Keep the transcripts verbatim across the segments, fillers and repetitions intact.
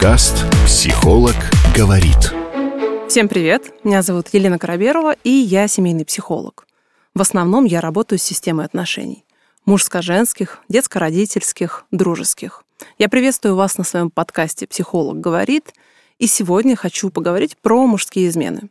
Подкаст «Психолог говорит». Всем привет! Меня зовут Елена Короберова, и я семейный психолог. В основном я работаю с системой отношений. Мужско-женских, детско-родительских, дружеских. Я приветствую вас на своем подкасте «Психолог говорит», и сегодня хочу поговорить про мужские измены.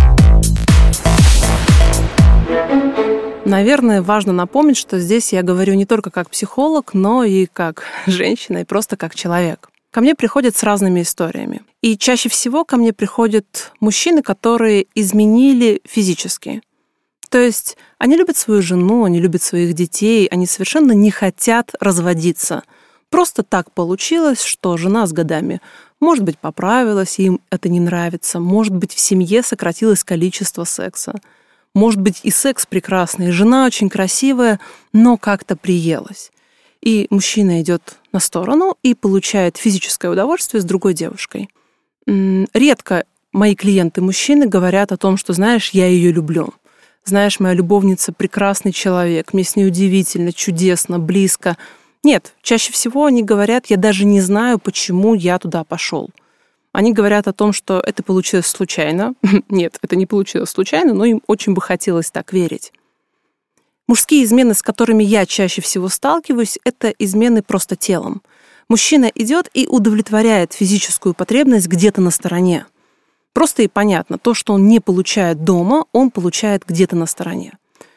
Наверное, важно напомнить, что здесь я говорю не только как психолог, но и как женщина, и просто как человек. Ко мне приходят с разными историями. И чаще всего ко мне приходят мужчины, которые изменили физически. То есть они любят свою жену, они любят своих детей, они совершенно не хотят разводиться. Просто так получилось, что жена с годами, может быть, поправилась, им это не нравится, может быть, в семье сократилось количество секса. Может быть, и секс прекрасный, и жена очень красивая, но как-то приелась. И мужчина идет на сторону и получает физическое удовольствие с другой девушкой. Редко мои клиенты-мужчины говорят о том, что, знаешь, я ее люблю. Знаешь, моя любовница прекрасный человек, мне с ней удивительно, чудесно, близко. Нет, чаще всего они говорят, я даже не знаю, почему я туда пошел. Они говорят о том, что это получилось случайно. Нет, это не получилось случайно, но им очень бы хотелось так верить. Мужские измены, с которыми я чаще всего сталкиваюсь, это измены просто телом. Мужчина идет и удовлетворяет физическую потребность где-то на стороне. Просто и понятно, то, что он не получает дома, он получает где-то на стороне.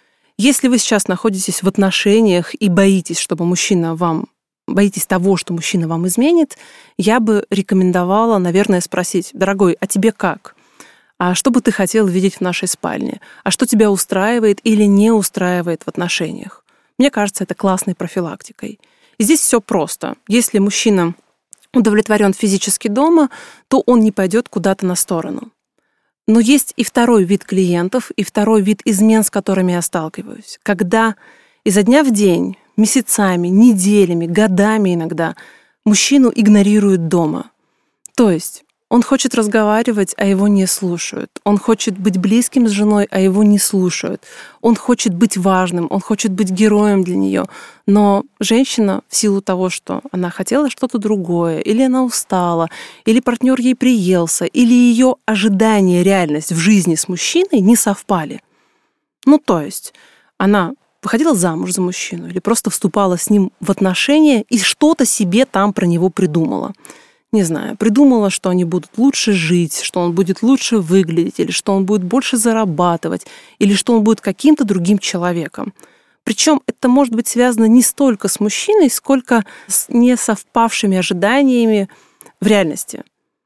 Если вы сейчас находитесь в отношениях и боитесь, чтобы мужчина вам боитесь того, что мужчина вам изменит, я бы рекомендовала, наверное, спросить: дорогой, а тебе как? А что бы ты хотел видеть в нашей спальне? А что тебя устраивает или не устраивает в отношениях? Мне кажется, это классной профилактикой. И здесь все просто. Если мужчина удовлетворен физически дома, то он не пойдет куда-то на сторону. Но есть и второй вид клиентов, и второй вид измен, с которыми я сталкиваюсь. Когда изо дня в день, месяцами, неделями, годами иногда мужчину игнорируют дома. То есть он хочет разговаривать, а его не слушают. Он хочет быть близким с женой, а его не слушают. Он хочет быть важным, он хочет быть героем для нее. Но женщина в силу того, что она хотела что-то другое, или она устала, или партнер ей приелся, или ее ожидания, реальность в жизни с мужчиной не совпали. Ну, то есть она выходила замуж за мужчину или просто вступала с ним в отношения и что-то себе там про него придумала. Не знаю, придумала, что они будут лучше жить, что он будет лучше выглядеть, или что он будет больше зарабатывать, или что он будет каким-то другим человеком. Причем это может быть связано не столько с мужчиной, сколько с несовпавшими ожиданиями в реальности.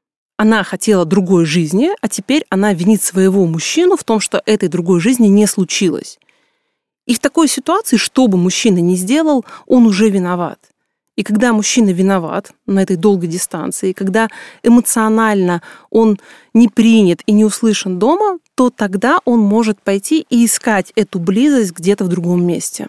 Она хотела другой жизни, а теперь она винит своего мужчину в том, что этой другой жизни не случилось. И в такой ситуации, что бы мужчина ни сделал, он уже виноват. И когда мужчина виноват на этой долгой дистанции, и когда эмоционально он не принят и не услышан дома, то тогда он может пойти и искать эту близость где-то в другом месте.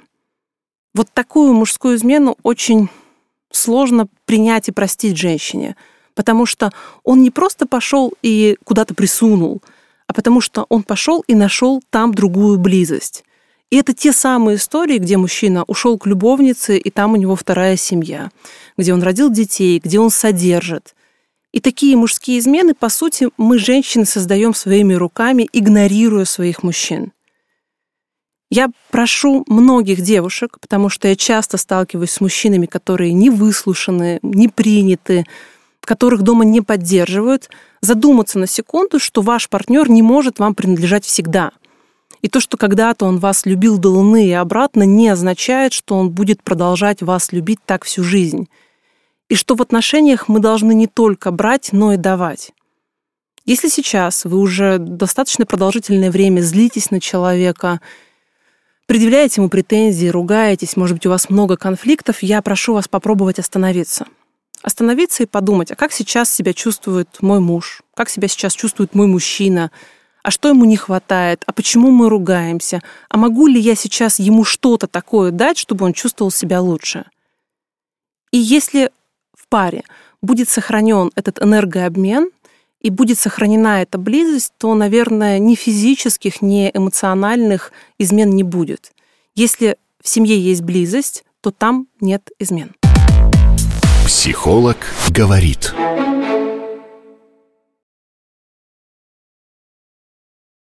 Вот такую мужскую измену очень сложно принять и простить женщине, потому что он не просто пошел и куда-то присунул, а потому что он пошел и нашел там другую близость. И это те самые истории, где мужчина ушел к любовнице, и там у него вторая семья, где он родил детей, где он содержит. И такие мужские измены, по сути, мы, женщины, создаем своими руками, игнорируя своих мужчин. Я прошу многих девушек, потому что я часто сталкиваюсь с мужчинами, которые не выслушаны, не приняты, которых дома не поддерживают, задуматься на секунду, что ваш партнер не может вам принадлежать всегда. И то, что когда-то он вас любил до луны и обратно, не означает, что он будет продолжать вас любить так всю жизнь. И что в отношениях мы должны не только брать, но и давать. Если сейчас вы уже достаточно продолжительное время злитесь на человека, предъявляете ему претензии, ругаетесь, может быть, у вас много конфликтов, я прошу вас попробовать остановиться. Остановиться и подумать, а как сейчас себя чувствует мой муж, как себя сейчас чувствует мой мужчина, а что ему не хватает, а почему мы ругаемся, а могу ли я сейчас ему что-то такое дать, чтобы он чувствовал себя лучше. И если в паре будет сохранен этот энергообмен и будет сохранена эта близость, то, наверное, ни физических, ни эмоциональных измен не будет. Если в семье есть близость, то там нет измен. Психолог говорит.